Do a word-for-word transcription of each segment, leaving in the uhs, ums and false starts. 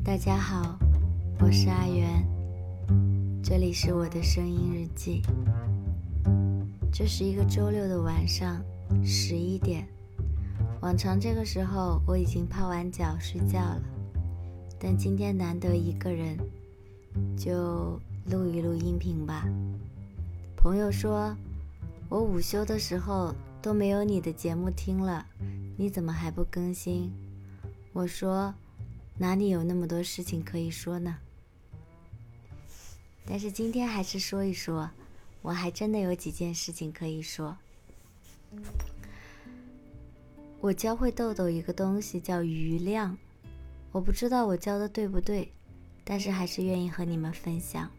大家好，我是阿元，这里是我的声音日记。这是一个周六的晚上，十一点。往常这个时候我已经泡完脚睡觉了，但今天难得一个人，就录一录音频吧。朋友说，我午休的时候都没有你的节目听了，你怎么还不更新？我说，哪里有那么多事情可以说呢？但是今天还是说一说，我还真的有几件事情可以说。我教会豆豆一个东西叫余量，我不知道我教的对不对，但是还是愿意和你们分享。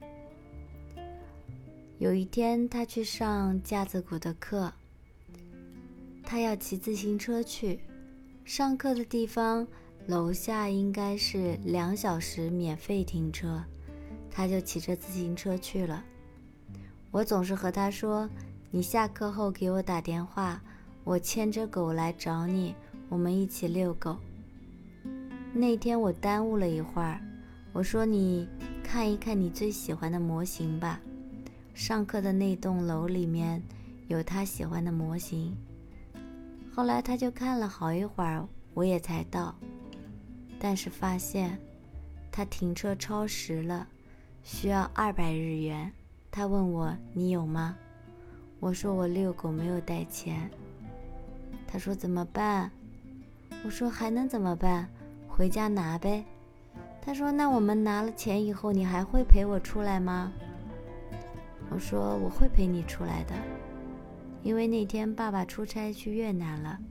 有一天他去上架子鼓的课，他要骑自行车去，上课的地方楼下应该是两小时免费停车，他就骑着自行车去了。我总是和他说，你下课后给我打电话，我牵着狗来找你，我们一起遛狗。那天我耽误了一会儿，我说你看一看你最喜欢的模型吧，上课的那栋楼里面有他喜欢的模型。后来他就看了好一会儿，我也才到，但是发现他停车超时了，需要二百日元。他问我，你有吗？我说我遛狗没有带钱。他说怎么办？我说还能怎么办？回家拿呗。他说那我们拿了钱以后，你还会陪我出来吗？我说我会陪你出来的，因为那天爸爸出差去越南了。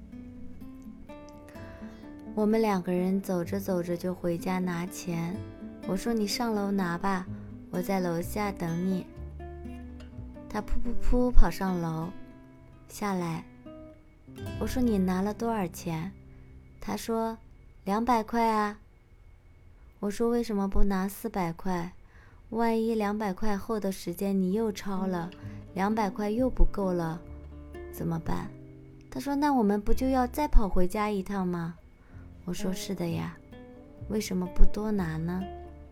我们两个人走着走着就回家拿钱。我说你上楼拿吧，我在楼下等你。他噗噗噗跑上楼下来，我说你拿了多少钱？他说两百块啊。我说为什么不拿四百块？万一两百块后的时间你又超了，两百块又不够了，怎么办？他说那我们不就要再跑回家一趟吗？我说是的呀，为什么不多拿呢？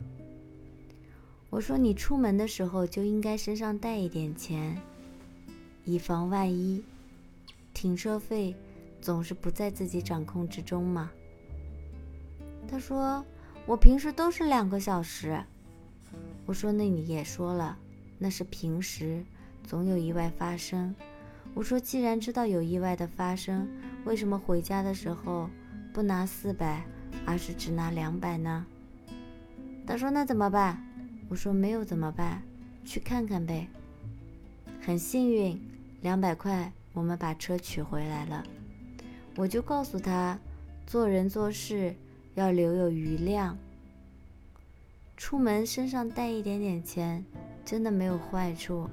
我说你出门的时候就应该身上带一点钱，以防万一。停车费总是不在自己掌控之中嘛。他说我平时都是两个小时。我说那你也说了，那是平时，总有意外发生。我说既然知道有意外的发生，为什么回家的时候不拿四百，而是只拿两百呢？他说那怎么办？我说没有怎么办，去看看呗。很幸运，两百块我们把车取回来了。我就告诉他，做人做事要留有余量，出门身上带一点点钱真的没有坏处。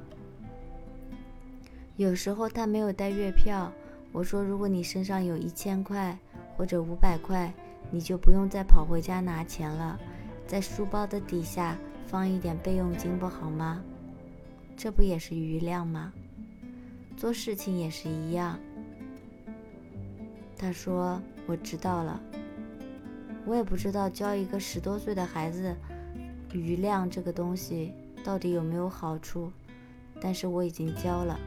有时候他没有带月票，我说如果你身上有一千块或者五百块，你就不用再跑回家拿钱了，在书包的底下放一点备用金不好吗？这不也是余量吗？做事情也是一样。他说我知道了。我也不知道教一个十多岁的孩子余量这个东西到底有没有好处，但是我已经教了。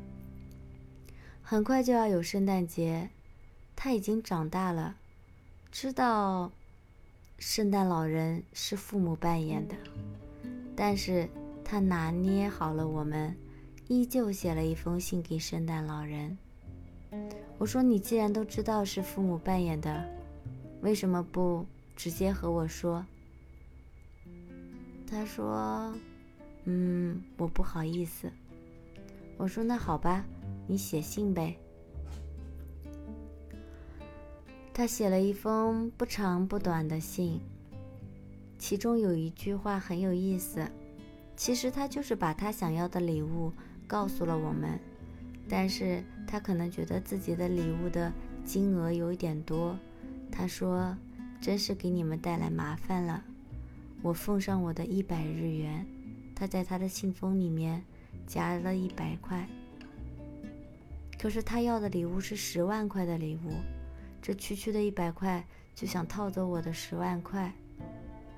很快就要有圣诞节，他已经长大了，知道圣诞老人是父母扮演的，但是他拿捏好了我们，依旧写了一封信给圣诞老人。我说你既然都知道是父母扮演的，为什么不直接和我说？他说嗯，我不好意思。我说那好吧，你写信呗。他写了一封不长不短的信，其中有一句话很有意思。其实他就是把他想要的礼物告诉了我们，但是他可能觉得自己的礼物的金额有一点多。他说真是给你们带来麻烦了，我奉上我的一百日元。他在他的信封里面夹了一百块，可是他要的礼物是十万块的礼物，这区区的一百块就想套走我的十万块。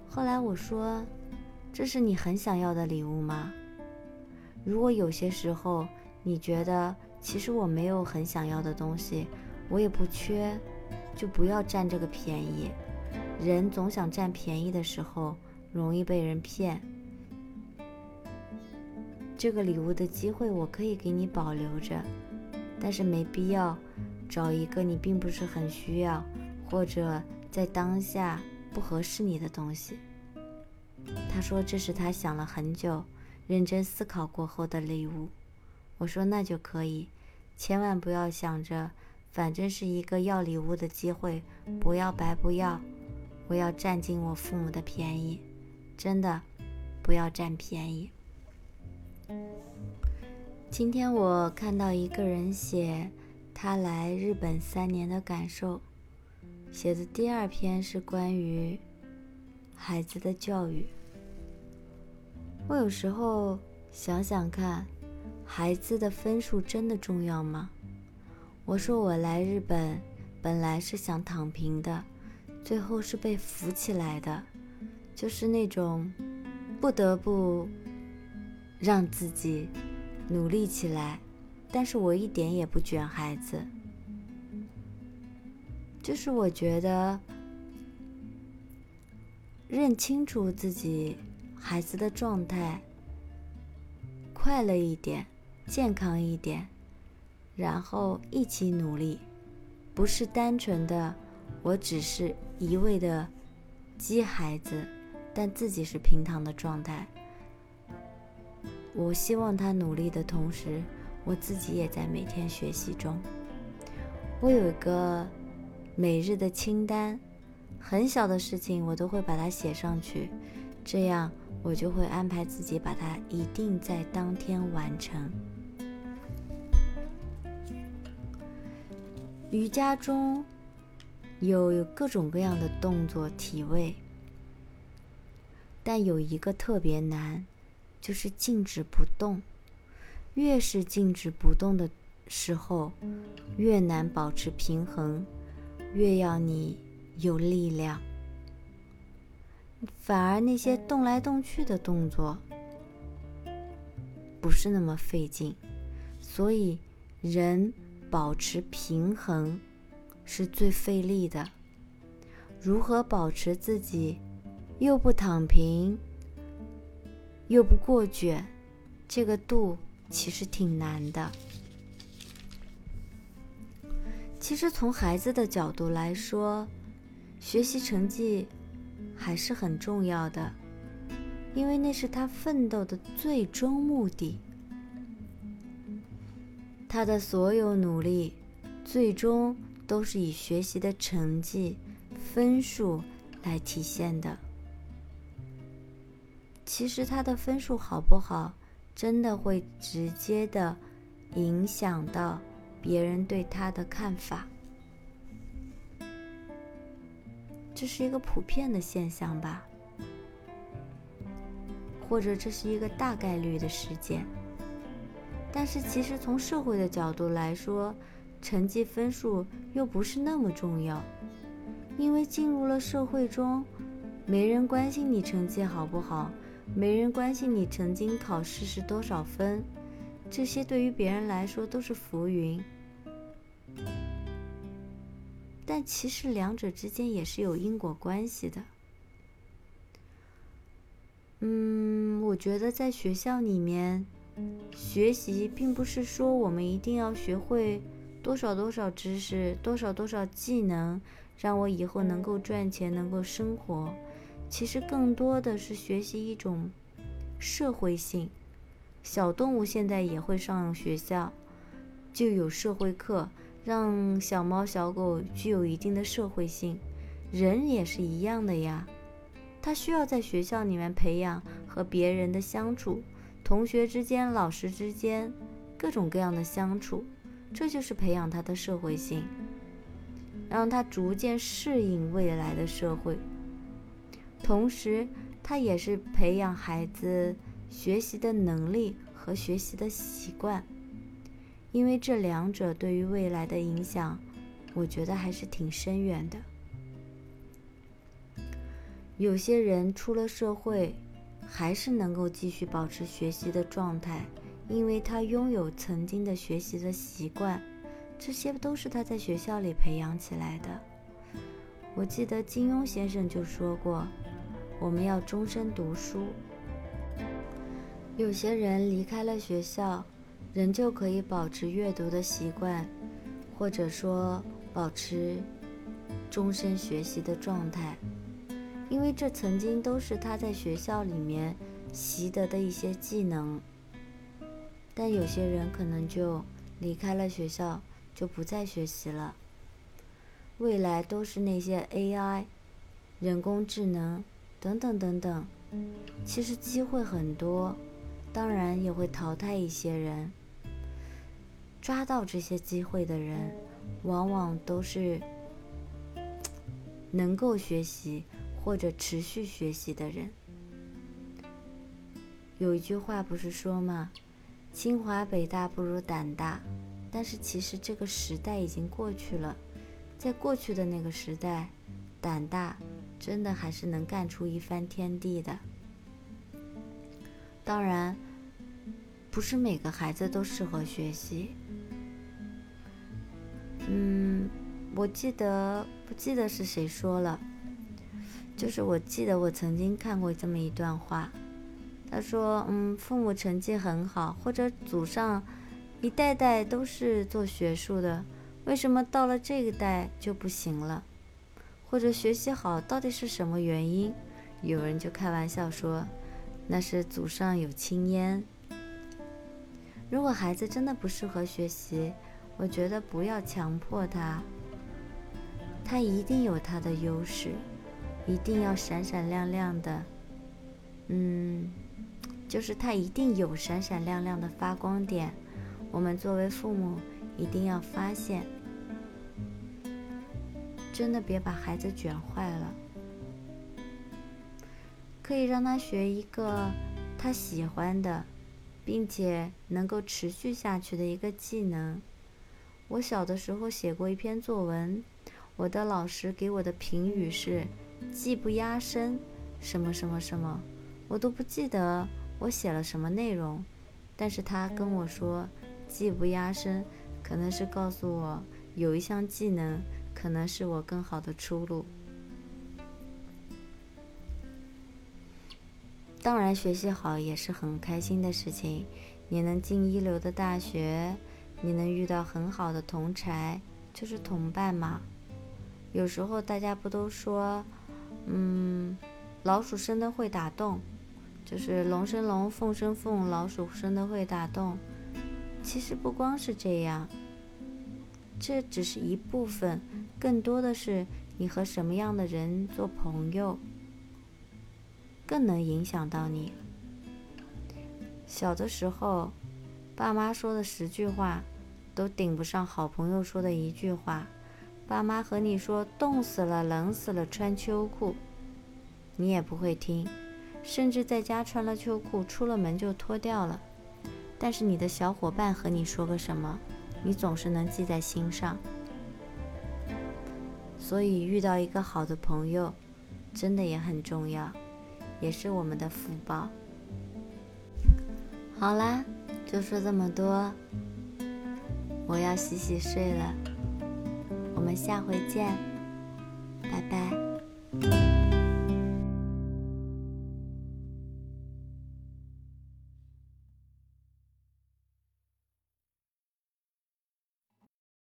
后来我说，这是你很想要的礼物吗？如果有些时候你觉得其实我没有很想要的东西，我也不缺，就不要占这个便宜。人总想占便宜的时候，容易被人骗。这个礼物的机会我可以给你保留着，但是没必要找一个你并不是很需要，或者在当下不合适你的东西。他说这是他想了很久，认真思考过后的礼物。我说那就可以，千万不要想着反正是一个要礼物的机会，不要白不要，我要占尽我父母的便宜，真的不要占便宜。今天我看到一个人写他来日本三年的感受，写的第二篇是关于孩子的教育。我有时候想想看，孩子的分数真的重要吗？我说我来日本本来是想躺平的，最后是被扶起来的，就是那种不得不让自己努力起来，但是我一点也不卷孩子。就是我觉得认清楚自己孩子的状态，快乐一点，健康一点，然后一起努力，不是单纯的我只是一味的激孩子，但自己是平躺的状态。我希望他努力的同时，我自己也在每天学习中。我有一个每日的清单，很小的事情我都会把它写上去，这样我就会安排自己把它一定在当天完成。瑜伽中有各种各样的动作体位，但有一个特别难，就是静止不动。越是静止不动的时候，越难保持平衡，越要你有力量。反而那些动来动去的动作不是那么费劲，所以人保持平衡是最费力的。如何保持自己又不躺平又不过卷，这个度其实挺难的。其实从孩子的角度来说，学习成绩还是很重要的，因为那是他奋斗的最终目的。他的所有努力最终都是以学习的成绩分数来体现的。其实他的分数好不好，真的会直接的影响到别人对他的看法。这是一个普遍的现象吧，或者这是一个大概率的事件。但是其实从社会的角度来说，成绩分数又不是那么重要，因为进入了社会中，没人关心你成绩好不好，没人关心你曾经考试是多少分，这些对于别人来说都是浮云。但其实两者之间也是有因果关系的。嗯，我觉得在学校里面学习并不是说我们一定要学会多少多少知识，多少多少技能，让我以后能够赚钱，能够生活。其实更多的是学习一种社会性。小动物现在也会上学校，就有社会课，让小猫小狗具有一定的社会性。人也是一样的呀，他需要在学校里面培养和别人的相处，同学之间、老师之间各种各样的相处，这就是培养他的社会性，让他逐渐适应未来的社会。同时他也是培养孩子学习的能力和学习的习惯，因为这两者对于未来的影响，我觉得还是挺深远的。 有些人出了社会还是能够继续保持学习的状态，因为他拥有曾经的学习的习惯，这些都是他在学校里培养起来的。我记得金庸先生就说过，我们要终身读书。有些人离开了学校，仍旧可以保持阅读的习惯，或者说保持终身学习的状态，因为这曾经都是他在学校里面习得的一些技能。但有些人可能就离开了学校，就不再学习了。未来都是那些 A I、 人工智能等等等等，其实机会很多，当然也会淘汰一些人。抓到这些机会的人，往往都是能够学习或者持续学习的人。有一句话不是说吗？清华北大不如胆大。但是其实这个时代已经过去了，在过去的那个时代，胆大真的还是能干出一番天地的。当然，不是每个孩子都适合学习。嗯，我记得不记得是谁说了，就是我记得我曾经看过这么一段话，他说，嗯，父母成绩很好，或者祖上一代代都是做学术的，为什么到了这个代就不行了？或者学习好到底是什么原因？有人就开玩笑说，那是祖上有青烟。如果孩子真的不适合学习，我觉得不要强迫他，他一定有他的优势，一定要闪闪亮亮的，嗯，就是他一定有闪闪亮亮的发光点。我们作为父母一定要发现，真的别把孩子卷坏了。可以让他学一个他喜欢的，并且能够持续下去的一个技能。我小的时候写过一篇作文，我的老师给我的评语是技不压身什么什么什么，我都不记得我写了什么内容，但是他跟我说技不压身，可能是告诉我有一项技能可能是我更好的出路。当然学习好也是很开心的事情，你能进一流的大学，你能遇到很好的同侪，就是同伴嘛。有时候大家不都说，嗯，老鼠生的会打洞，就是龙生龙，凤生凤，老鼠生的会打洞。其实不光是这样，这只是一部分，更多的是你和什么样的人做朋友，更能影响到你。小的时候，爸妈说的十句话都顶不上好朋友说的一句话。爸妈和你说冻死了冷死了穿秋裤，你也不会听，甚至在家穿了秋裤出了门就脱掉了。但是你的小伙伴和你说个什么，你总是能记在心上。所以遇到一个好的朋友真的也很重要，也是我们的福报。好啦，就说这么多，我要洗洗睡了，我们下回见，拜拜。